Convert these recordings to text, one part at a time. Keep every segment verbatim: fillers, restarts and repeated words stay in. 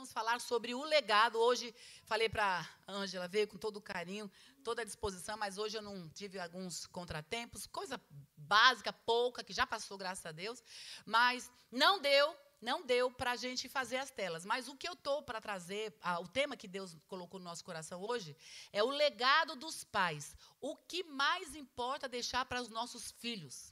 vamos falar sobre o legado. Hoje, falei para a Ângela, veio com todo o carinho, toda a disposição, mas hoje eu não tive alguns contratempos, coisa básica, pouca, que já passou, graças a Deus, mas não deu, não deu para a gente fazer as telas. Mas o que eu estou para trazer, ah, o tema que Deus colocou no nosso coração hoje, é o legado dos pais. O que mais importa deixar para os nossos filhos?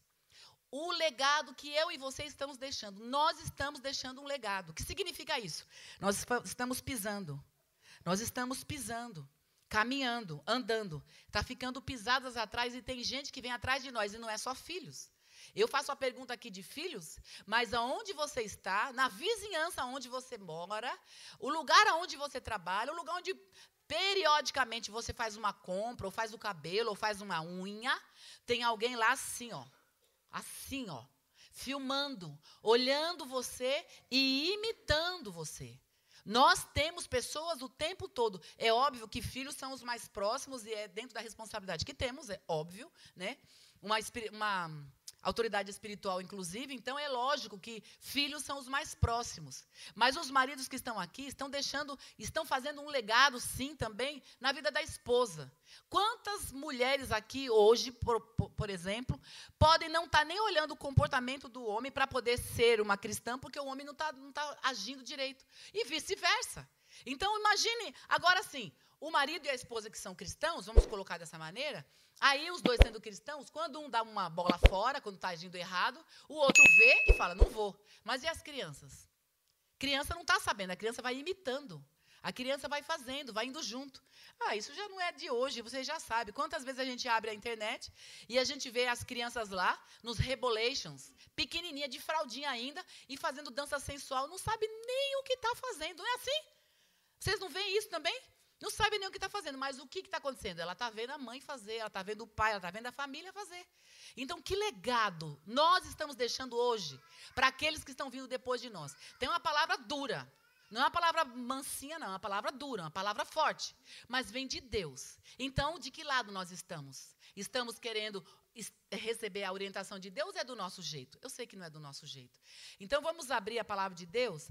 O legado que eu e você estamos deixando. Nós estamos deixando um legado. O que significa isso? Nós estamos pisando. Nós estamos pisando, caminhando, andando. Está ficando pisadas atrás e tem gente que vem atrás de nós. E não é só filhos. Eu faço a pergunta aqui de filhos, mas aonde você está, na vizinhança onde você mora, o lugar onde você trabalha, o lugar onde periodicamente você faz uma compra, ou faz o cabelo, ou faz uma unha, tem alguém lá assim, ó. Assim, ó, filmando, olhando você e imitando você. Nós temos pessoas o tempo todo. É óbvio que filhos são os mais próximos e é dentro da responsabilidade que temos, é óbvio, né? Uma, uma autoridade espiritual, inclusive, então é lógico que filhos são os mais próximos. Mas os maridos que estão aqui estão deixando, estão fazendo um legado, sim, também, na vida da esposa. Quantas mulheres aqui hoje, por, por, por exemplo, podem não estar tá nem olhando o comportamento do homem para poder ser uma cristã, porque o homem não está não tá agindo direito. E vice-versa. Então, imagine, agora sim, o marido e a esposa que são cristãos, vamos colocar dessa maneira, aí os dois sendo cristãos, quando um dá uma bola fora, quando está agindo errado, o outro vê e fala, não vou. Mas e as crianças? Criança não está sabendo, a criança vai imitando. A criança vai fazendo, vai indo junto. Ah, isso já não é de hoje, você já sabe. Quantas vezes a gente abre a internet e a gente vê as crianças lá, nos Rebolations, pequenininha, de fraldinha ainda, e fazendo dança sensual, não sabe nem o que está fazendo. Não é assim? Vocês não veem isso também? Não sabe nem o que está fazendo, mas o que está acontecendo? Ela está vendo a mãe fazer, ela está vendo o pai, ela está vendo a família fazer. Então, que legado nós estamos deixando hoje para aqueles que estão vindo depois de nós? Tem uma palavra dura, não é uma palavra mansinha, não, é uma palavra dura, uma palavra forte, mas vem de Deus. Então, de que lado nós estamos? Estamos querendo receber a orientação de Deus ou é do nosso jeito? Eu sei que não é do nosso jeito. Então, vamos abrir a palavra de Deus,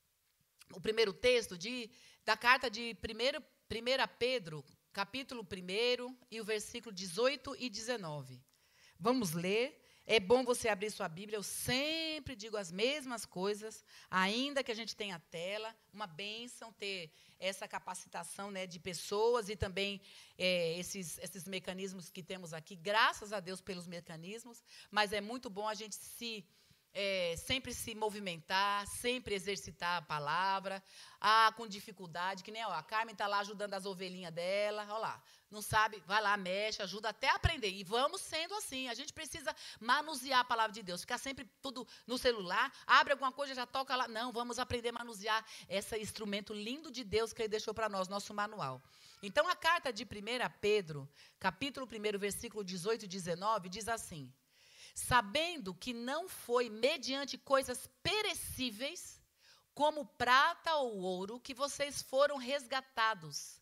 o primeiro texto de, da carta de primeiro primeira Pedro, capítulo um, e o versículo dezoito e dezenove. Vamos ler. É bom você abrir sua Bíblia. Eu sempre digo as mesmas coisas, ainda que a gente tenha tela. Uma bênção ter essa capacitação, né, de pessoas e também é, esses, esses mecanismos que temos aqui. Graças a Deus pelos mecanismos, mas é muito bom a gente se... É, sempre se movimentar, sempre exercitar a palavra, ah, com dificuldade, que nem ó, a Carmen está lá ajudando as ovelhinhas dela, olha lá, não sabe, vai lá, mexe, ajuda até a aprender, e vamos sendo assim, a gente precisa manusear a palavra de Deus, ficar sempre tudo no celular, abre alguma coisa, já toca lá, não, vamos aprender a manusear esse instrumento lindo de Deus que Ele deixou para nós, nosso manual. Então, a carta de primeira Pedro, capítulo um, versículo dezoito e dezenove, diz assim: sabendo que não foi mediante coisas perecíveis, como prata ou ouro, que vocês foram resgatados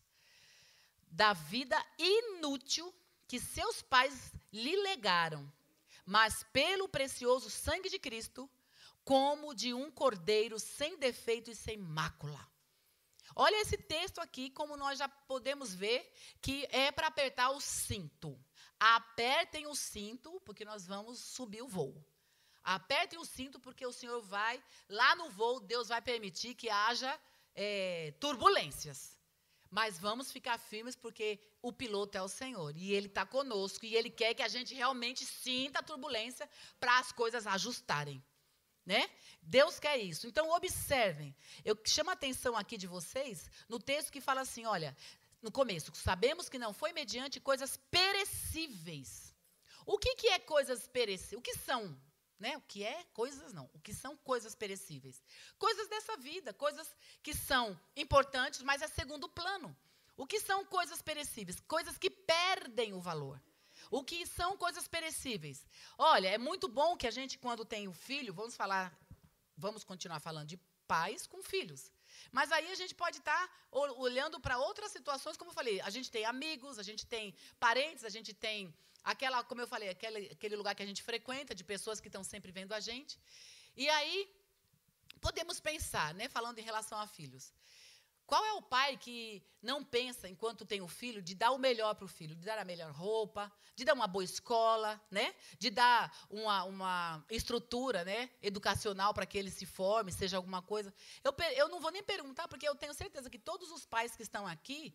da vida inútil que seus pais lhe legaram, mas pelo precioso sangue de Cristo, como de um cordeiro sem defeito e sem mácula. Olha esse texto aqui, como nós já podemos ver, que é para apertar o cinto. Apertem o cinto, porque nós vamos subir o voo. Apertem o cinto, porque o Senhor vai, lá no voo, Deus vai permitir que haja é, turbulências. Mas vamos ficar firmes, porque o piloto é o Senhor. E Ele está conosco, e Ele quer que a gente realmente sinta a turbulência para as coisas ajustarem. Né? Deus quer isso. Então, observem. Eu chamo a atenção aqui de vocês no texto que fala assim, olha... No começo, sabemos que não foi mediante coisas perecíveis. O que, que é coisas perecíveis? O que são? Né? O que é coisas não. O que são coisas perecíveis? Coisas dessa vida, coisas que são importantes, mas é segundo plano. O que são coisas perecíveis? Coisas que perdem o valor. O que são coisas perecíveis? Olha, é muito bom que a gente, quando tem um filho, vamos falar, vamos continuar falando de pais com filhos. Mas aí a gente pode estar olhando para outras situações, como eu falei, a gente tem amigos, a gente tem parentes, a gente tem aquela, como eu falei, aquele, aquele lugar que a gente frequenta, de pessoas que estão sempre vendo a gente. E aí, podemos pensar, né, falando em relação a filhos. Qual é o pai que não pensa, enquanto tem um filho, de dar o melhor para o filho, de dar a melhor roupa, de dar uma boa escola, né? De dar uma, uma estrutura, né, educacional para que ele se forme, seja alguma coisa? Eu, eu não vou nem perguntar, porque eu tenho certeza que todos os pais que estão aqui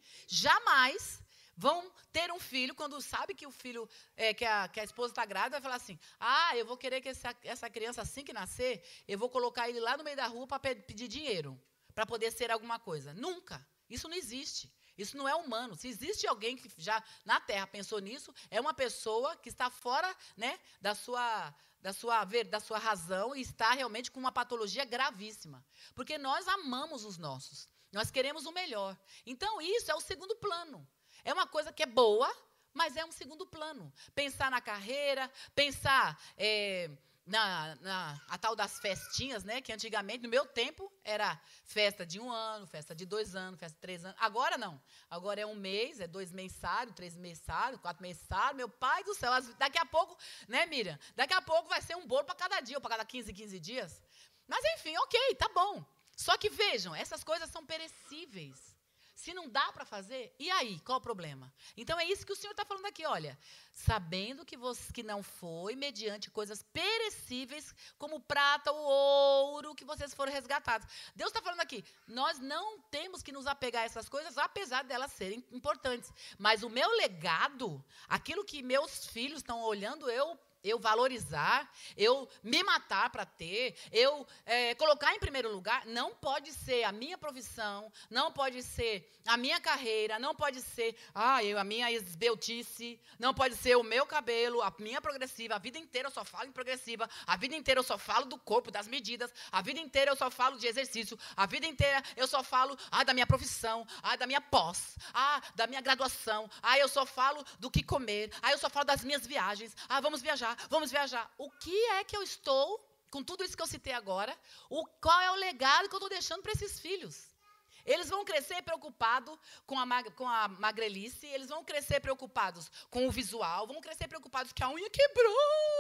jamais vão ter um filho, quando sabe que o filho, é, que, a, que a esposa está grávida, vai falar assim, ah, eu vou querer que essa, essa criança, assim que nascer, eu vou colocar ele lá no meio da rua para pe pedir dinheiro, para poder ser alguma coisa. Nunca. Isso não existe. Isso não é humano. Se existe alguém que já na Terra pensou nisso, é uma pessoa que está fora, né, da sua, da sua, da sua razão e está realmente com uma patologia gravíssima. Porque nós amamos os nossos. Nós queremos o melhor. Então, isso é o segundo plano. É uma coisa que é boa, mas é um segundo plano. Pensar na carreira, pensar... É, Na, na, a tal das festinhas, né? Que antigamente, no meu tempo, era festa de um ano, festa de dois anos, festa de três anos. Agora não. Agora é um mês, é dois mensários, três mensários, quatro mensários. Meu pai do céu, daqui a pouco, né, Miriam? Daqui a pouco vai ser um bolo para cada dia, ou para cada quinze, quinze dias. Mas, enfim, ok, tá bom. Só que vejam, essas coisas são perecíveis. Se não dá para fazer, e aí? Qual o problema? Então, é isso que o Senhor está falando aqui, olha. Sabendo que, você, que não foi mediante coisas perecíveis, como prata ou ouro, que vocês foram resgatados. Deus está falando aqui, nós não temos que nos apegar a essas coisas, apesar delas serem importantes. Mas o meu legado, aquilo que meus filhos estão olhando, eu... eu valorizar, eu me matar para ter, eu é, colocar em primeiro lugar, não pode ser a minha profissão, não pode ser a minha carreira, não pode ser ah, eu, a minha esbeltice, não pode ser o meu cabelo, a minha progressiva, a vida inteira eu só falo em progressiva, a vida inteira eu só falo do corpo, das medidas, a vida inteira eu só falo de exercício, a vida inteira eu só falo ah, da minha profissão, ah, da minha pós, ah, da minha graduação, ah, eu só falo do que comer, ah, eu só falo das minhas viagens, ah, vamos viajar, vamos viajar. O que é que eu estou, com tudo isso que eu citei agora, o, qual é o legado que eu estou deixando para esses filhos? Eles vão crescer preocupados com a, mag, com a magrelice, eles vão crescer preocupados com o visual, vão crescer preocupados que a unha quebrou.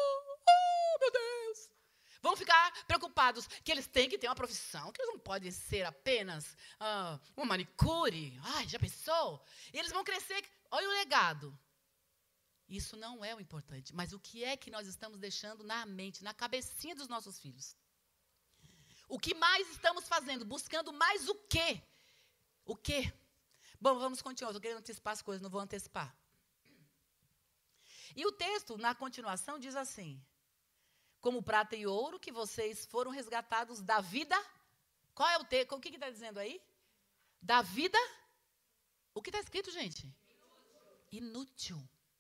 Oh, meu Deus! Vão ficar preocupados que eles têm que ter uma profissão, que eles não podem ser apenas ah, uma manicure. Ai, já pensou? E eles vão crescer, olha o legado. Isso não é o importante, mas o que é que nós estamos deixando na mente, na cabecinha dos nossos filhos? O que mais estamos fazendo? Buscando mais o quê? O quê? Bom, vamos continuar. Estou querendo antecipar as coisas, não vou antecipar. E o texto, na continuação, diz assim: como prata e ouro, que vocês foram resgatados da vida. Qual é o texto? O que está dizendo aí? Da vida. O que está escrito, gente? Inútil.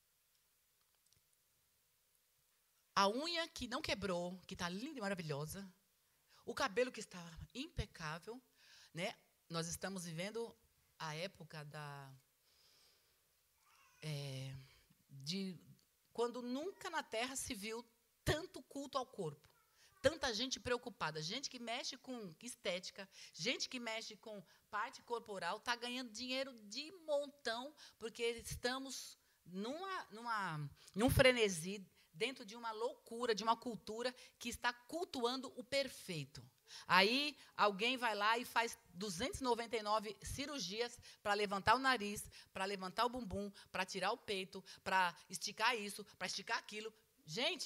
A unha que não quebrou, que está linda e maravilhosa. O cabelo que está impecável, né? Nós estamos vivendo a época da é, de quando nunca na Terra se viu tanto culto ao corpo, tanta gente preocupada, gente que mexe com estética, gente que mexe com parte corporal, está ganhando dinheiro de montão, porque estamos numa, numa, num frenesi, dentro de uma loucura, de uma cultura que está cultuando o perfeito. Aí, alguém vai lá e faz duzentas e noventa e nove cirurgias para levantar o nariz, para levantar o bumbum, para tirar o peito, para esticar isso, para esticar aquilo. Gente,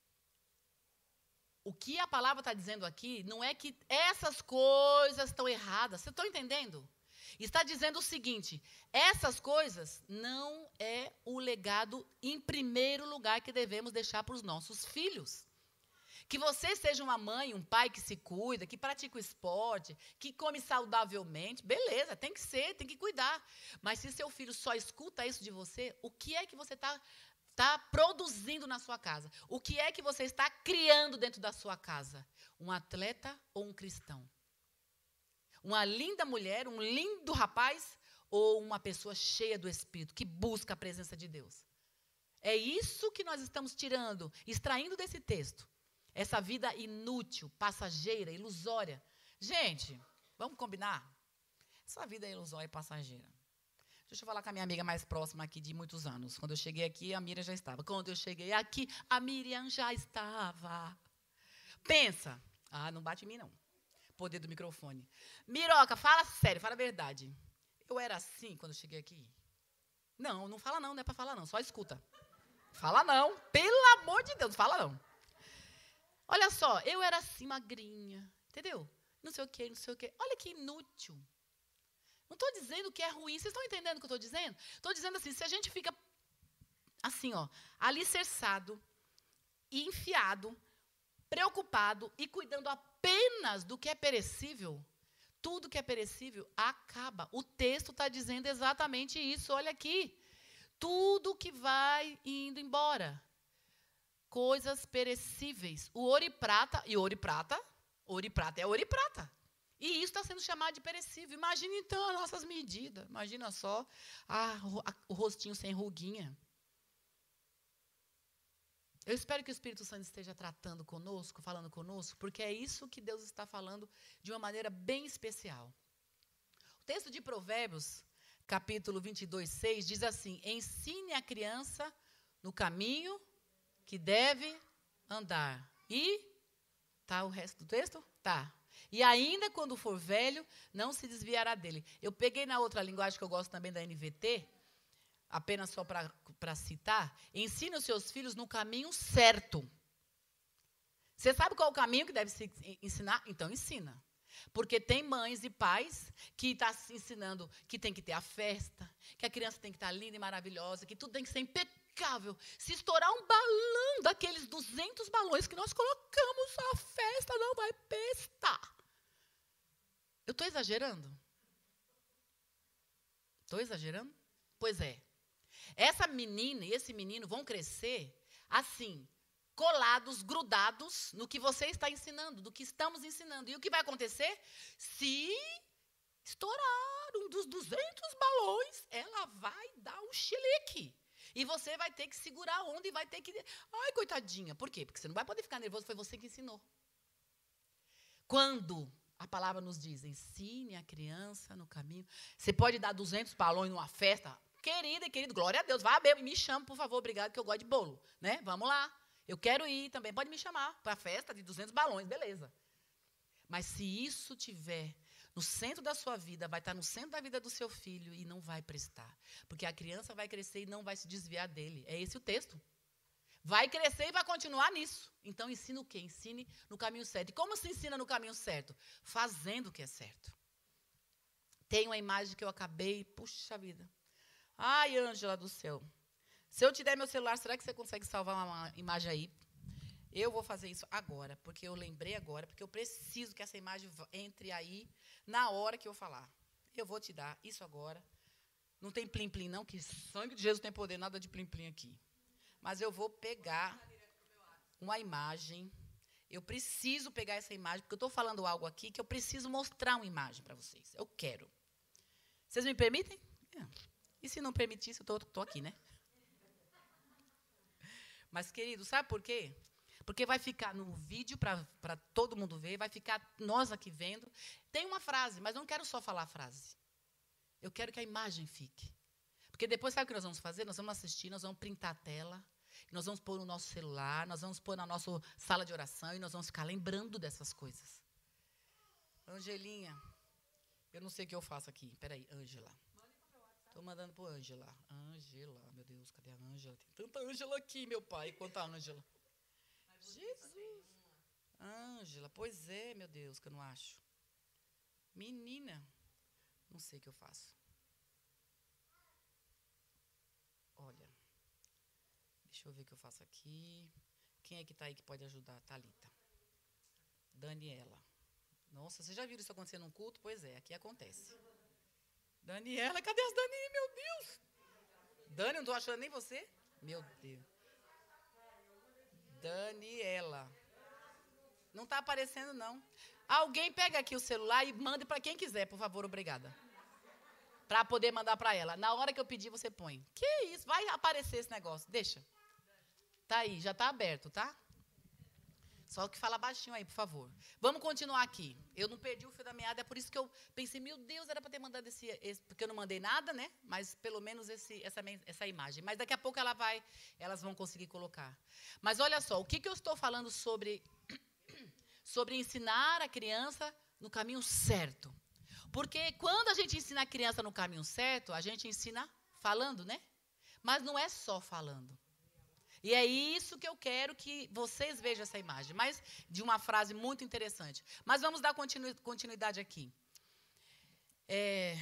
o que a palavra está dizendo aqui não é que essas coisas estão erradas. Vocês estão entendendo? Está dizendo o seguinte, essas coisas não é o legado em primeiro lugar que devemos deixar para os nossos filhos. Que você seja uma mãe, um pai que se cuida, que pratica o esporte, que come saudavelmente, beleza, tem que ser, tem que cuidar. Mas se seu filho só escuta isso de você, o que é que você está tá produzindo na sua casa? O que é que você está criando dentro da sua casa? Um atleta ou um cristão? Uma linda mulher, um lindo rapaz ou uma pessoa cheia do Espírito, que busca a presença de Deus? É isso que nós estamos tirando, extraindo desse texto. Essa vida inútil, passageira, ilusória. Gente, vamos combinar? Essa vida é ilusória e passageira. Deixa eu falar com a minha amiga mais próxima aqui de muitos anos. Quando eu cheguei aqui, a Miriam já estava. Quando eu cheguei aqui, a Miriam já estava. Pensa. Ah, não bate em mim, não. poder do microfone. Miroca, fala sério, fala a verdade. Eu era assim quando eu cheguei aqui? Não, não fala não, não é para falar não, só escuta. Fala não, pelo amor de Deus, fala não. Olha só, eu era assim, magrinha, entendeu? Não sei o quê, não sei o quê. Olha que inútil. Não estou dizendo que é ruim, vocês estão entendendo o que eu estou dizendo? Estou dizendo assim, se a gente fica assim, ó, alicerçado, enfiado, preocupado e cuidando apenas do que é perecível, tudo que é perecível acaba. O texto está dizendo exatamente isso, olha aqui. Tudo que vai indo embora. Coisas perecíveis. O ouro e prata, e ouro e prata, ouro e prata é ouro e prata. E isso está sendo chamado de perecível. Imagina então as nossas medidas. Imagina só ah, o rostinho sem ruguinha. Eu espero que o Espírito Santo esteja tratando conosco, falando conosco, porque é isso que Deus está falando de uma maneira bem especial. O texto de Provérbios, capítulo vinte e dois, seis, diz assim: ensine a criança no caminho que deve andar. E, tá o resto do texto? Tá. E ainda quando for velho, não se desviará dele. Eu peguei na outra linguagem que eu gosto também da N V T, apenas só para citar, ensine os seus filhos no caminho certo. Você sabe qual é o caminho que deve se ensinar? Então ensina. Porque tem mães e pais que estão tá se ensinando que tem que ter a festa, que a criança tem que estar tá linda e maravilhosa, que tudo tem que ser impecável. Se estourar um balão daqueles duzentos balões que nós colocamos, a festa não vai prestar. Eu estou exagerando? Estou exagerando? Pois é. Essa menina e esse menino vão crescer assim, colados, grudados no que você está ensinando, do que estamos ensinando. E o que vai acontecer? Se estourar um dos duzentos balões, ela vai dar um chilique. E você vai ter que segurar a onda e vai ter que... Ai, coitadinha. Por quê? Porque você não vai poder ficar nervoso, foi você que ensinou. Quando a palavra nos diz, ensine a criança no caminho. Você pode dar duzentos balões numa festa. Querida e querido, glória a Deus. Vá beber, me chama, por favor, obrigado, que eu gosto de bolo. Né? Vamos lá. Eu quero ir também. Pode me chamar para a festa de duzentos balões, beleza. Mas se isso tiver no centro da sua vida, vai estar no centro da vida do seu filho e não vai prestar. Porque a criança vai crescer e não vai se desviar dele. É esse o texto. Vai crescer e vai continuar nisso. Então, ensina o quê? Ensine no caminho certo. E como se ensina no caminho certo? Fazendo o que é certo. Tem uma imagem que eu acabei, puxa vida. Ai, Ângela do céu. Se eu te der meu celular, será que você consegue salvar uma imagem aí? Eu vou fazer isso agora, porque eu lembrei agora, porque eu preciso que essa imagem entre aí na hora que eu falar. Eu vou te dar isso agora. Não tem plim-plim, não, que sangue de Jesus tem poder, nada de plim-plim aqui. Mas eu vou pegar uma imagem. Eu preciso pegar essa imagem, porque eu estou falando algo aqui que eu preciso mostrar uma imagem para vocês. Eu quero. Vocês me permitem? É. E se não permitisse, eu estou aqui, né? Mas, querido, sabe por quê? Porque vai ficar no vídeo para todo mundo ver, vai ficar nós aqui vendo. Tem uma frase, mas eu não quero só falar a frase. Eu quero que a imagem fique. Porque depois, sabe o que nós vamos fazer? Nós vamos assistir, nós vamos printar a tela, nós vamos pôr no nosso celular, nós vamos pôr na nossa sala de oração e nós vamos ficar lembrando dessas coisas. Angelinha, eu não sei o que eu faço aqui. Espera aí, Ângela. Estou mandando para o Ângela. Ângela, meu Deus, cadê a Ângela? Tem tanta Ângela aqui, meu pai. Quanta Ângela? Jesus. Ângela, pois é, meu Deus, que eu não acho. Menina, não sei o que eu faço. Olha, deixa eu ver o que eu faço aqui. Quem é que está aí que pode ajudar? Thalita. Daniela. Nossa, vocês já viram isso acontecer num culto? Pois é, aqui acontece. Daniela, cadê as Dani, meu Deus? Dani, não estou achando nem você? Meu Deus. Daniela. Não está aparecendo, não. Alguém pega aqui o celular e mande para quem quiser, por favor, obrigada. Para poder mandar para ela. Na hora que eu pedir, você põe. Que isso? Vai aparecer esse negócio. Deixa. Tá aí, já está aberto, tá? Só que fala baixinho aí, por favor. Vamos continuar aqui. Eu não perdi o fio da meada, é por isso que eu pensei, meu Deus, era para ter mandado esse, esse... Porque eu não mandei nada, né? Mas pelo menos esse, essa, essa imagem. Mas daqui a pouco ela vai, elas vão conseguir colocar. Mas olha só, o que, que eu estou falando sobre, sobre ensinar a criança no caminho certo. Porque quando a gente ensina a criança no caminho certo, a gente ensina falando, né? Mas não é só falando. E é isso que eu quero que vocês vejam essa imagem. Mas de uma frase muito interessante. Mas vamos dar continu, continuidade aqui. É,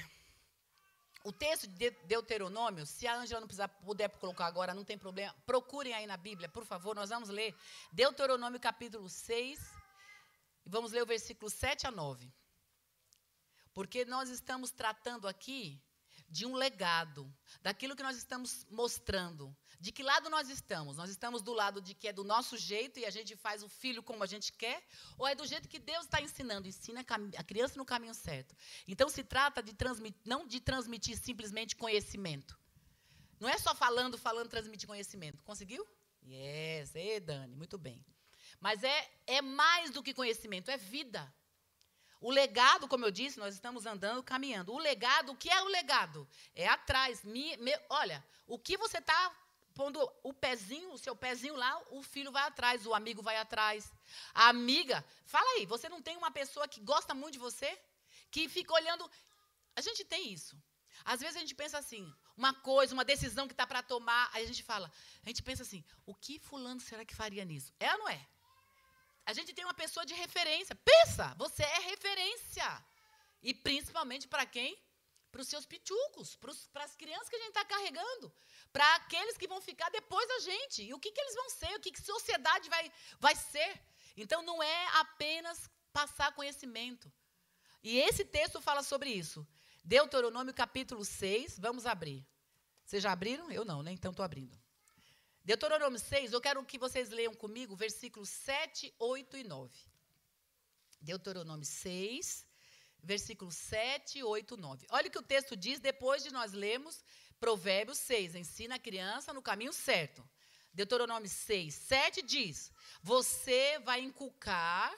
o texto de Deuteronômio, se a Ângela não precisar, puder colocar agora, não tem problema. Procurem aí na Bíblia, por favor, nós vamos ler Deuteronômio capítulo seis. E vamos ler o versículo sete a nove. Porque nós estamos tratando aqui de um legado, daquilo que nós estamos mostrando. De que lado nós estamos? Nós estamos do lado de que é do nosso jeito e a gente faz o filho como a gente quer? Ou é do jeito que Deus está ensinando? Ensina a criança no caminho certo. Então, se trata de transmitir, não de transmitir simplesmente conhecimento. Não é só falando, falando, transmitir conhecimento. Conseguiu? Yes, é, Dani, muito bem. Mas é, é mais do que conhecimento, é vida. O legado, como eu disse, nós estamos andando, caminhando. O legado, o que é o legado? É atrás. Me, me, olha, o que você está pondo o pezinho, o seu pezinho lá, o filho vai atrás, o amigo vai atrás. A amiga, fala aí, você não tem uma pessoa que gosta muito de você? Que fica olhando. A gente tem isso. Às vezes a gente pensa assim, uma coisa, uma decisão que está para tomar, aí a gente fala, a gente pensa assim, o que fulano será que faria nisso? É ou não é? A gente tem uma pessoa de referência. Pensa, você é referência. E principalmente para quem? Para os seus pitucos, para as crianças que a gente está carregando, para aqueles que vão ficar depois da gente. E o que, que eles vão ser, o que, que sociedade vai, vai ser. Então, não é apenas passar conhecimento. E esse texto fala sobre isso. Deuteronômio capítulo seis, vamos abrir. Vocês já abriram? Eu não, né? Então estou abrindo. Deuteronômio seis, eu quero que vocês leiam comigo versículos sete, oito e nove. Deuteronômio seis, versículos sete, oito e nove. Olha o que o texto diz depois de nós lermos Provérbios seis. Ensina a criança no caminho certo. Deuteronômio seis, sete diz, você vai inculcar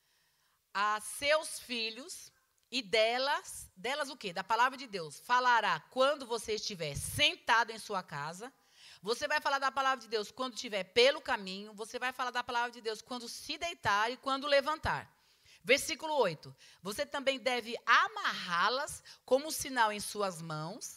a seus filhos e delas, delas o quê? Da palavra de Deus. Falará quando você estiver sentado em sua casa. Você vai falar da palavra de Deus quando estiver pelo caminho. Você vai falar da palavra de Deus quando se deitar e quando levantar. Versículo oito. Você também deve amarrá-las como um sinal em suas mãos.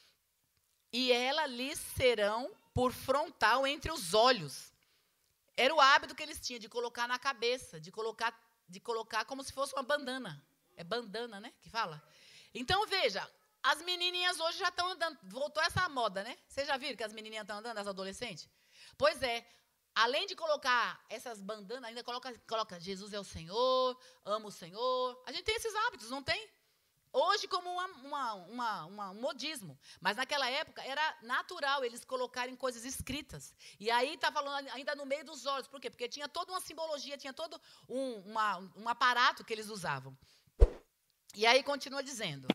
E elas lhes serão por frontal entre os olhos. Era o hábito que eles tinham de colocar na cabeça. De colocar, de colocar como se fosse uma bandana. É bandana, né? Que fala? Então, veja... As menininhas hoje já estão andando, voltou essa moda, né? Vocês já viram que as menininhas estão andando, as adolescentes? Pois é, além de colocar essas bandanas, ainda coloca, coloca Jesus é o Senhor, amo o Senhor. A gente tem esses hábitos, não tem? Hoje como uma, uma, uma, uma, um modismo. Mas naquela época era natural eles colocarem coisas escritas. E aí está falando ainda no meio dos olhos. Por quê? Porque tinha toda uma simbologia, tinha todo um, uma, um aparato que eles usavam. E aí continua dizendo...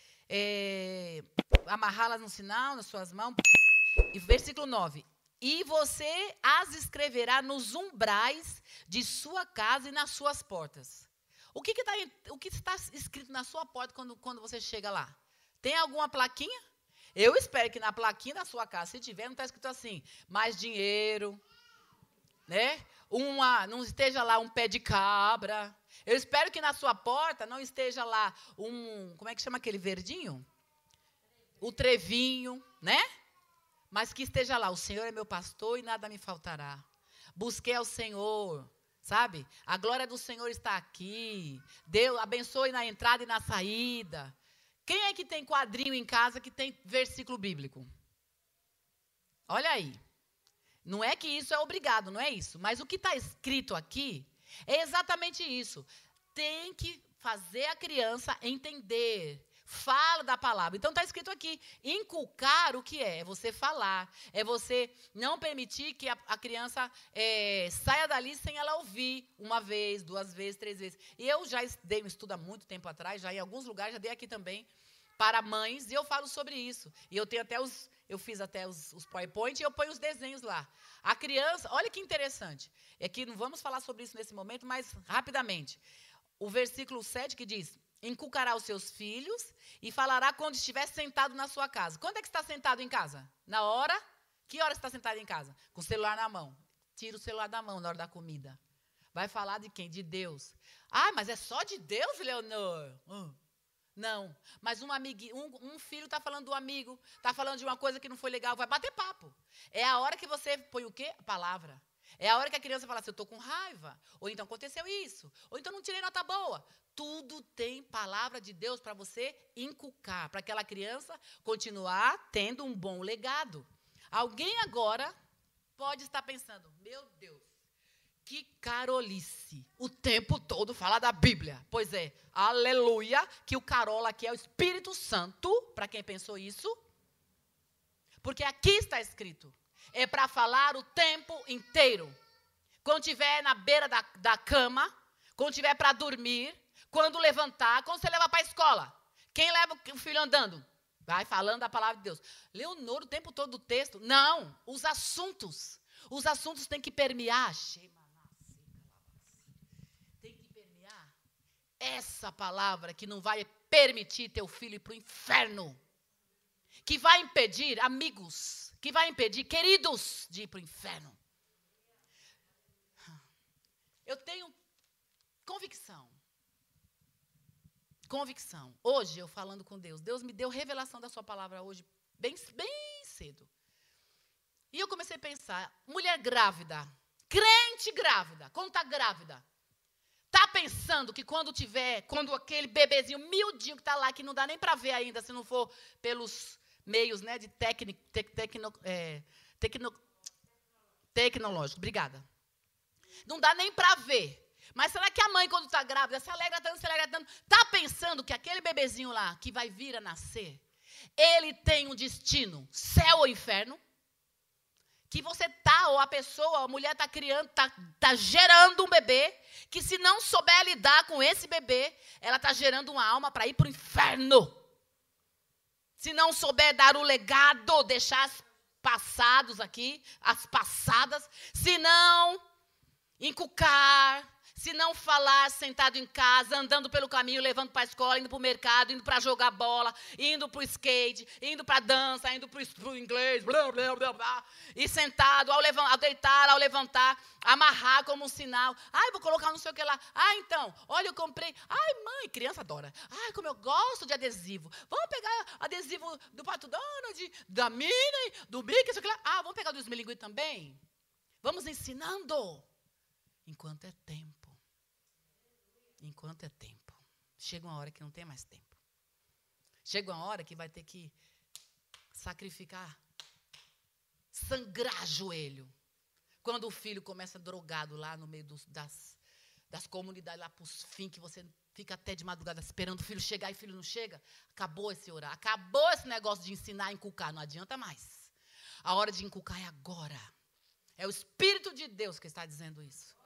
É, amarrá-las no sinal, nas suas mãos. E versículo nove. E você as escreverá nos umbrais de sua casa e nas suas portas. O que está o que está escrito na sua porta quando, quando você chega lá? Tem alguma plaquinha? Eu espero que na plaquinha da sua casa, se tiver, não está escrito assim, mais dinheiro, né? Uma, não esteja lá um pé de cabra. Eu espero que na sua porta não esteja lá um, como é que chama aquele verdinho? O trevinho, né? Mas que esteja lá, o Senhor é meu pastor e nada me faltará. Busquei ao Senhor, sabe? A glória do Senhor está aqui. Deus abençoe na entrada e na saída. Quem é que tem quadrinho em casa que tem versículo bíblico? Olha aí. Não é que isso é obrigado, não é isso. Mas o que está escrito aqui é exatamente isso. Tem que fazer a criança entender. Fala da palavra. Então está escrito aqui. Inculcar o que é? É você falar. É você não permitir que a, a criança é, saia dali sem ela ouvir uma vez, duas vezes, três vezes. E eu já dei um estudo há muito tempo atrás, já em alguns lugares, já dei aqui também, para mães, e eu falo sobre isso. E eu tenho até os, eu fiz até os, os PowerPoint e eu ponho os desenhos lá. A criança, olha que interessante. É que não vamos falar sobre isso nesse momento, mas rapidamente. O versículo sete que diz, inculcará os seus filhos e falará quando estiver sentado na sua casa. Quando é que está sentado em casa? Na hora? Que hora está sentado em casa? Com o celular na mão. Tira o celular da mão na hora da comida. Vai falar de quem? De Deus. Ah, mas é só de Deus, Leonor? Hum. Não. Mas um, amiguinho, um, um filho está falando do amigo, está falando de uma coisa que não foi legal, vai bater papo. É a hora que você põe o quê? A palavra. É a hora que a criança fala assim, eu estou com raiva. Ou então aconteceu isso. Ou então não tirei nota boa. Tudo tem palavra de Deus para você inculcar, para aquela criança continuar tendo um bom legado. Alguém agora pode estar pensando, meu Deus, que carolice, o tempo todo fala da Bíblia. Pois é, aleluia, que o Carola aqui é o Espírito Santo, para quem pensou isso. Porque aqui está escrito, é para falar o tempo inteiro. Quando estiver na beira da, da cama, quando estiver para dormir, quando levantar, quando você leva para a escola. Quem leva o filho andando? Vai falando a palavra de Deus. Leonor, o tempo todo do texto. Não, os assuntos. Os assuntos têm que permear. Tem que permear essa palavra que não vai permitir teu filho ir para o inferno. Que vai impedir amigos, que vai impedir queridos de ir para o inferno. Eu tenho convicção. Convicção. Hoje, eu falando com Deus, Deus me deu revelação da sua palavra hoje, bem, bem cedo. E eu comecei a pensar, mulher grávida, crente grávida, quando está grávida, está pensando que quando tiver, quando aquele bebezinho miudinho que está lá, que não dá nem para ver ainda, se não for pelos meios, né, de técnico, tec, tecno, é, tecno, tecnológico, obrigada. Não dá nem para ver. Mas será que a mãe, quando está grávida, se alegra tanto, se alegra tanto, está pensando que aquele bebezinho lá, que vai vir a nascer, ele tem um destino, céu ou inferno? Que você está, ou a pessoa, a mulher está criando, está tá gerando um bebê, que se não souber lidar com esse bebê, ela está gerando uma alma para ir para o inferno. Se não souber dar o legado, deixar as passados aqui, as passadas, se não inculcar, se não falar sentado em casa, andando pelo caminho, levando para a escola, indo para o mercado, indo para jogar bola, indo para o skate, indo para a dança, indo para o inglês, blá, blá, blá, blá, e sentado, ao, levantar, ao deitar, ao levantar, amarrar como um sinal. Ai, vou colocar não sei o que lá. Ah, então, olha, eu comprei. Ai, mãe, criança adora. Ai, como eu gosto de adesivo. Vamos pegar adesivo do Pato Donald, da Minnie, do Mickey, isso aqui lá. Ah, vamos pegar do Smilinguim também? Vamos ensinando. Enquanto é tempo. Enquanto é tempo. Chega uma hora que não tem mais tempo. Chega uma hora que vai ter que sacrificar, sangrar joelho. Quando o filho começa drogado lá no meio dos, das, das comunidades, lá para os fins, que você fica até de madrugada esperando o filho chegar e o filho não chega, acabou esse horário. Acabou esse negócio de ensinar a inculcar, não adianta mais. A hora de inculcar é agora. É o Espírito de Deus que está dizendo isso.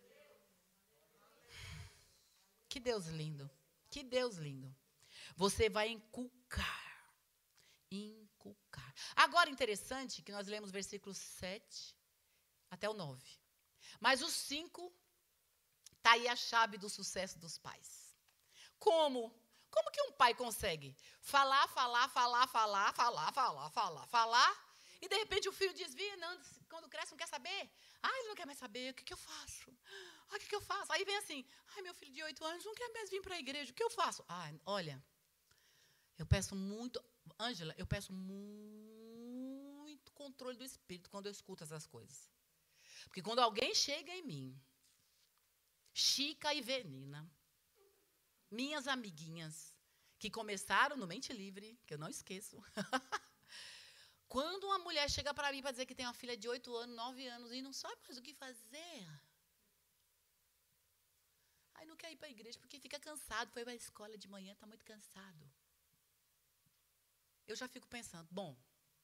Que Deus lindo, que Deus lindo. Você vai inculcar, inculcar. Agora, interessante que nós lemos versículos sete até o nove. Mas o cinco, está aí a chave do sucesso dos pais. Como? Como que um pai consegue falar, falar, falar, falar, falar, falar, falar, falar, e de repente o filho desvia, não, quando cresce não quer saber? Ah, ele não quer mais saber, o que, que eu faço? Ah, o que, que eu faço? Aí vem assim, ai, meu filho de oito anos não quer mais vir para a igreja, o que eu faço? Ah, olha, eu peço muito, Ângela, eu peço muito controle do espírito quando eu escuto essas coisas. Porque quando alguém chega em mim, Chica e Venina, minhas amiguinhas, que começaram no Mente Livre, que eu não esqueço, quando uma mulher chega para mim para dizer que tem uma filha de oito anos, nove anos e não sabe mais o que fazer, aí não quer ir para a igreja porque fica cansado, foi para a escola de manhã, está muito cansado. Eu já fico pensando, bom,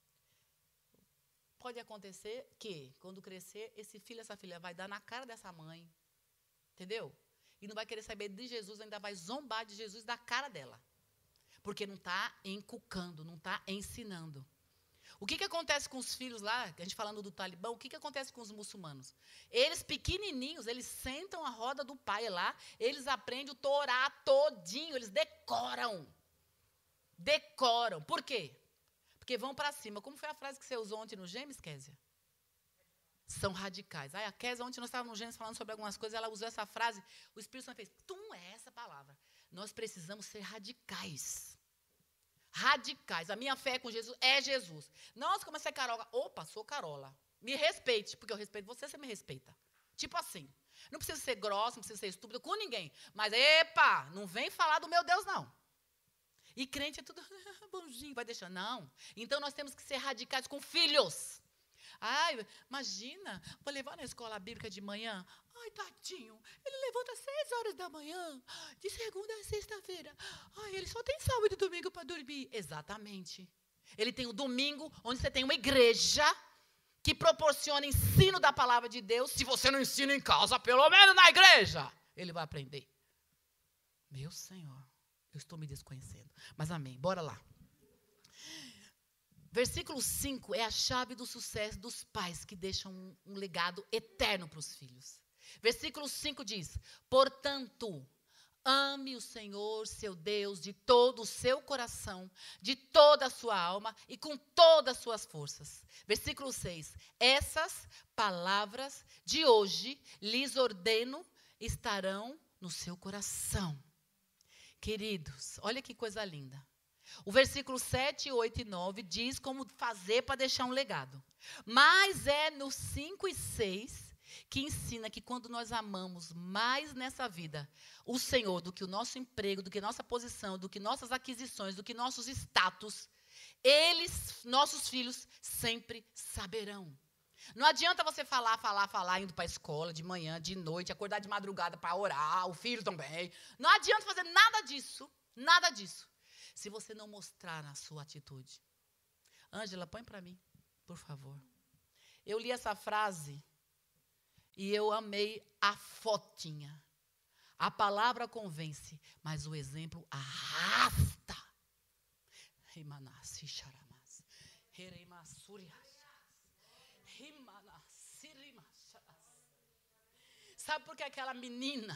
pode acontecer que, quando crescer, esse filho, essa filha vai dar na cara dessa mãe, entendeu? E não vai querer saber de Jesus, ainda vai zombar de Jesus da cara dela. Porque não está inculcando, não está ensinando. O que, que acontece com os filhos lá, a gente falando do Talibã, o que, que acontece com os muçulmanos? Eles pequenininhos, eles sentam a roda do pai lá, eles aprendem o Torá todinho, eles decoram. Decoram. Por quê? Porque vão para cima. Como foi a frase que você usou ontem no Gêmeos, Kézia? são radicais. Aí a Kézia, ontem nós estávamos no Gênesis falando sobre algumas coisas, ela usou essa frase, o Espírito Santo fez, tum, é essa palavra. Nós precisamos ser radicais. Radicais. A minha fé com Jesus é Jesus. Nossa, como é Carola? Opa, sou Carola. Me respeite, porque eu respeito você, você me respeita. Tipo assim. Não precisa ser grossa, não precisa ser estúpido com ninguém. Mas, epa, não vem falar do meu Deus, não. E crente é tudo bonzinho, vai deixando. Não. Então, nós temos que ser radicais com filhos. Ai, imagina, vou levar na escola bíblica de manhã. Ai, tadinho, ele levanta às seis horas da manhã, de segunda a sexta-feira. Ai, ele só tem sábado e domingo para dormir. Exatamente. Ele tem o domingo, onde você tem uma igreja que proporciona ensino da palavra de Deus. Se você não ensina em casa, pelo menos na igreja, ele vai aprender. Meu Senhor, eu estou me desconhecendo. Mas amém, bora lá. Versículo cinco é a chave do sucesso dos pais que deixam um, um legado eterno para os filhos. Versículo cinco diz, portanto, ame o Senhor, seu Deus, de todo o seu coração, de toda a sua alma e com todas as suas forças. Versículo seis, essas palavras de hoje lhes ordeno estarão no seu coração. Queridos, olha que coisa linda. O versículo sete, oito e nove diz como fazer para deixar um legado. Mas é no cinco e seis que ensina que quando nós amamos mais nessa vida o Senhor do que o nosso emprego, do que nossa posição, do que nossas aquisições, do que nossos status, eles, nossos filhos, sempre saberão. Não adianta você falar, falar, falar, indo para a escola de manhã, de noite, acordar de madrugada para orar, o filho também. Não adianta fazer nada disso, nada disso. Se você não mostrar na sua atitude. Ângela, põe para mim, por favor. Eu li essa frase e eu amei a fotinha. A palavra convence, mas o exemplo arrasta. Sabe por que aquela menina...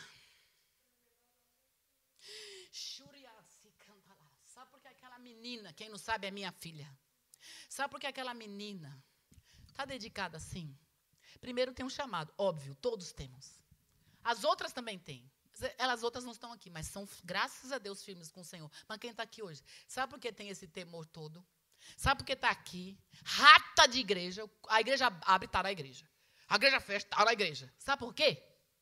Sabe por que aquela menina, quem não sabe é minha filha. Sabe por que aquela menina está dedicada assim? Primeiro tem um chamado, óbvio, todos temos. As outras também têm. Elas outras não estão aqui, mas são, graças a Deus, firmes com o Senhor. Mas quem está aqui hoje? Sabe por que tem esse temor todo? Sabe por que está aqui? Rata de igreja. A igreja abre, está na igreja. A igreja fecha, está na igreja. Sabe por quê?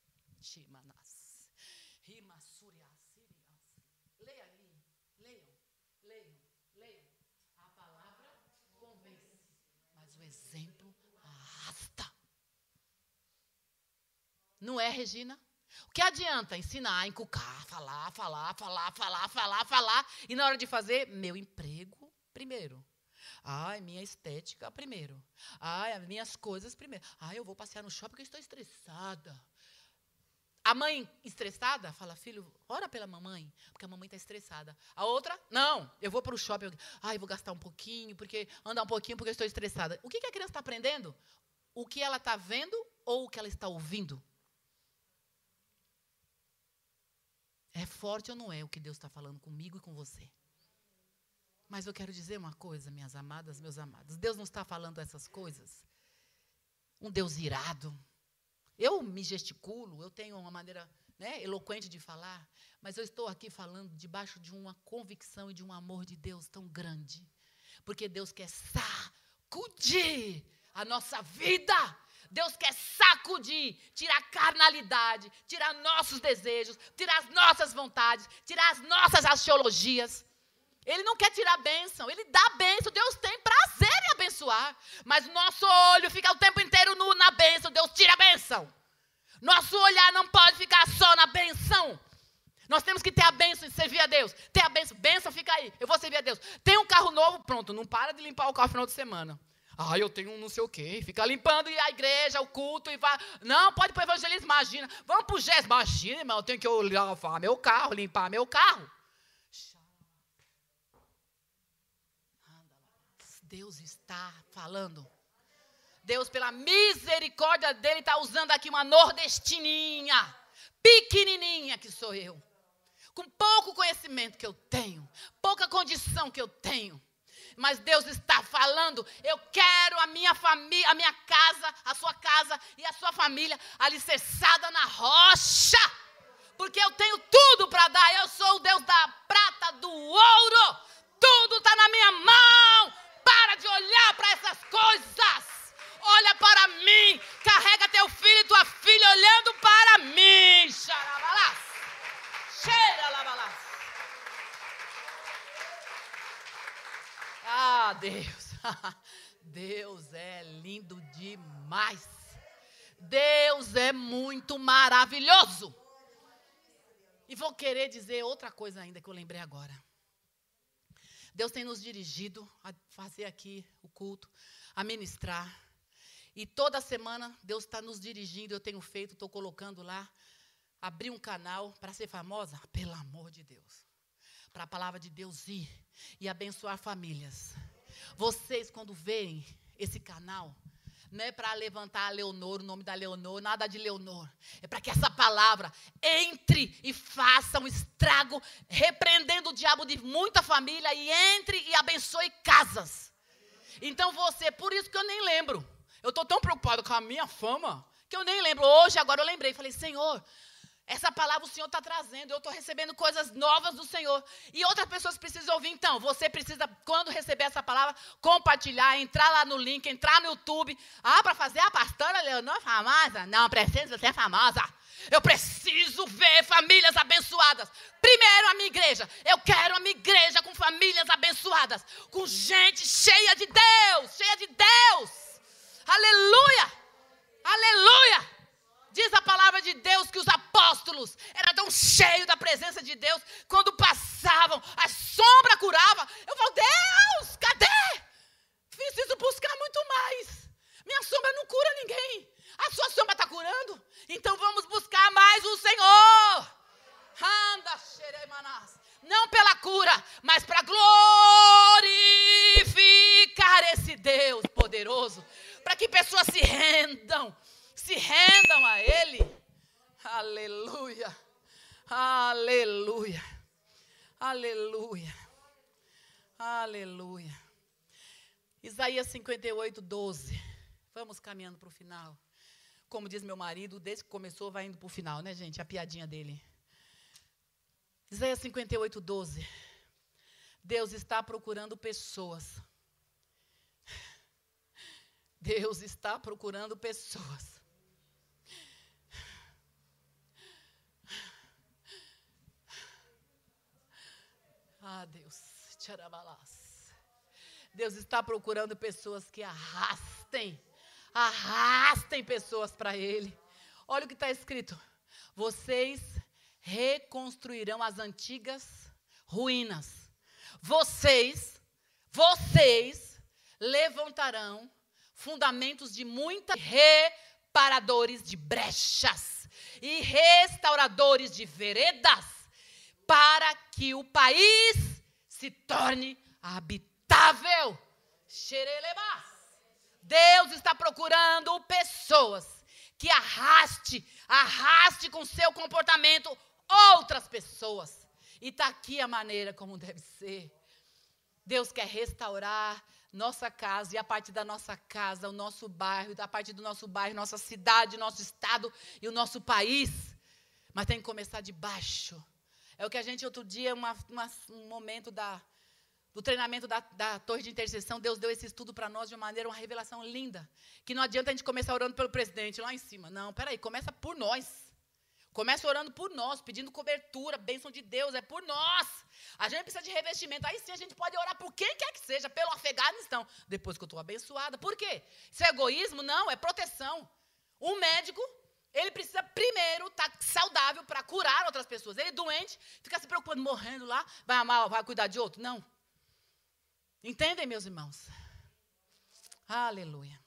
Não é, Regina? O que adianta ensinar, encucar, falar, falar, falar, falar, falar, falar, e na hora de fazer, meu emprego primeiro. Ai, minha estética primeiro. Ai, as minhas coisas primeiro. Ai, eu vou passear no shopping porque estou estressada. A mãe estressada fala, filho, ora pela mamãe, porque a mamãe está estressada. A outra, não, eu vou para o shopping. Ai, vou gastar um pouquinho, porque andar um pouquinho porque eu estou estressada. O que, que a criança está aprendendo? O que ela está vendo ou o que ela está ouvindo? É forte ou não é o que Deus está falando comigo e com você? Mas eu quero dizer uma coisa, minhas amadas, meus amados. Deus não está falando essas coisas. Um Deus irado. Eu me gesticulo, eu tenho uma maneira, né, eloquente de falar, mas eu estou aqui falando debaixo de uma convicção e de um amor de Deus tão grande. Porque Deus quer sacudir a nossa vida. Deus quer sacudir, tirar a carnalidade, tirar nossos desejos, tirar as nossas vontades, tirar as nossas axiologias. Ele não quer tirar a bênção, ele dá a bênção, Deus tem prazer em abençoar. Mas o nosso olho fica o tempo inteiro nu na bênção, Deus tira a bênção. Nosso olhar não pode ficar só na bênção. Nós temos que ter a bênção e servir a Deus. Ter a bênção, bênção fica aí, eu vou servir a Deus. Tem um carro novo, pronto, não para de limpar o carro no final de semana. Ah, eu tenho um não sei o quê, fica limpando e a igreja, o culto e vai. Não, pode ir para o evangelismo, imagina. Vamos para o G E S, imagina, irmão, eu tenho que lavar meu carro, limpar meu carro. Deus está falando. Deus, pela misericórdia dele, está usando aqui uma nordestininha, pequenininha que sou eu, com pouco conhecimento que eu tenho, pouca condição que eu tenho. Mas Deus está falando, eu quero a minha família, a minha casa, a sua casa e a sua família alicerçada na rocha. Porque eu tenho tudo para dar, eu sou o Deus da prata, do ouro. Tudo está na minha mão. Para de olhar para essas coisas. Olha para mim, carrega teu filho e tua filha olhando para mim. Xarabalás. Xerabalás. Ah, Deus. Deus é lindo demais. Deus é muito maravilhoso. E vou querer dizer outra coisa ainda que eu lembrei agora. Deus tem nos dirigido a fazer aqui o culto, a ministrar. E toda semana Deus está nos dirigindo, eu tenho feito, estou colocando lá, abrir um canal para ser famosa, pelo amor de Deus. Para a palavra de Deus ir e abençoar famílias. Vocês, quando verem esse canal, não é para levantar a Leonor, o nome da Leonor, nada de Leonor. É para que essa palavra entre e faça um estrago, repreendendo o diabo de muita família e entre e abençoe casas. Então você, por isso que eu nem lembro. Eu estou tão preocupado com a minha fama, que eu nem lembro. Hoje, agora eu lembrei. Falei, Senhor, essa palavra o Senhor está trazendo. Eu estou recebendo coisas novas do Senhor. E outras pessoas precisam ouvir. Então, você precisa, quando receber essa palavra, compartilhar, entrar lá no link, entrar no YouTube. Ah, para fazer a pastora Leonor famosa? Não, precisa ser famosa. Eu preciso ver famílias abençoadas. Primeiro a minha igreja. Eu quero a minha igreja com famílias abençoadas. Com gente cheia de Deus. Cheia de Deus. Aleluia! Aleluia! Diz a palavra de Deus que os apóstolos eram tão cheios da presença de Deus, quando passavam, a sombra curava. Eu falo, Deus, cadê? Preciso buscar muito mais. Minha sombra não cura ninguém. A sua sombra está curando? Então vamos buscar mais o Senhor. Anda, xeremanás. Não pela cura, mas para glorificar esse Deus poderoso. Para que pessoas se rendam, se rendam a Ele. Aleluia, aleluia, aleluia, aleluia. Isaías cinquenta e oito, doze. Vamos caminhando para o final. Como diz meu marido, desde que começou vai indo para o final, né, gente? A piadinha dele. Isaías cinquenta e oito, doze. Deus está procurando pessoas. Deus está procurando pessoas. Ah, Deus. Tcharabalás. Deus está procurando pessoas que arrastem. Arrastem pessoas para Ele. Olha o que está escrito. Vocês reconstruirão as antigas ruínas. Vocês, vocês levantarão fundamentos de muitas, reparadores de brechas e restauradores de veredas, para que o país se torne habitável. Xerelebás. Deus está procurando pessoas que arraste, arraste com seu comportamento outras pessoas. E está aqui a maneira como deve ser. Deus quer restaurar nossa casa, e a partir da nossa casa, o nosso bairro, a partir do nosso bairro, nossa cidade, nosso estado e o nosso país. Mas tem que começar de baixo. É o que a gente, outro dia, uma, uma, um momento da, do treinamento da, da torre de intercessão, Deus deu esse estudo para nós de uma maneira, uma revelação linda. Que não adianta a gente começar orando pelo presidente lá em cima. Não, peraí, começa por nós. Começa orando por nós, pedindo cobertura, bênção de Deus, é por nós. A gente precisa de revestimento. Aí sim a gente pode orar por quem quer que seja, pelo Afeganistão. Depois que eu estou abençoada. Por quê? Isso é egoísmo? Não, é proteção. O médico, ele precisa primeiro estar saudável para curar outras pessoas. Ele doente, fica se preocupando, morrendo lá, vai amar, vai cuidar de outro? Não. Entendem, meus irmãos? Aleluia.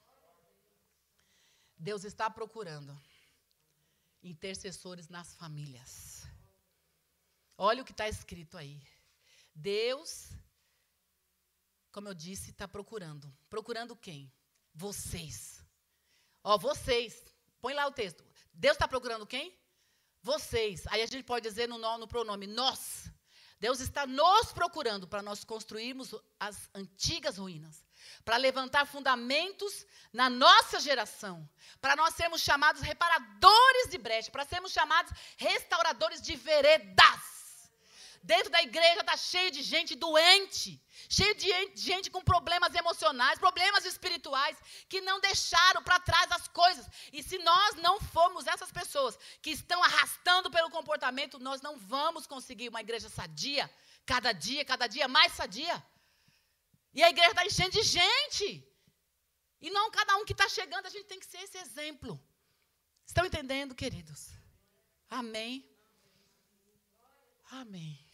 Deus está procurando intercessores nas famílias. Olha o que está escrito aí. Deus, como eu disse, está procurando. Procurando quem? Vocês. Ó, vocês. Põe lá o texto. Deus está procurando quem? Vocês. Aí a gente pode dizer no, no pronome nós. Deus está nos procurando para nós construirmos as antigas ruínas, para levantar fundamentos na nossa geração, para nós sermos chamados reparadores de brecha, para sermos chamados restauradores de veredas. Dentro da igreja está cheio de gente doente, cheio de gente com problemas emocionais, problemas espirituais, que não deixaram para trás as coisas. E se nós não formos essas pessoas que estão arrastando pelo comportamento, nós não vamos conseguir uma igreja sadia, cada dia, cada dia mais sadia. E a igreja está enchendo de gente. E não cada um que está chegando, a gente tem que ser esse exemplo. Estão entendendo, queridos? Amém. Amém.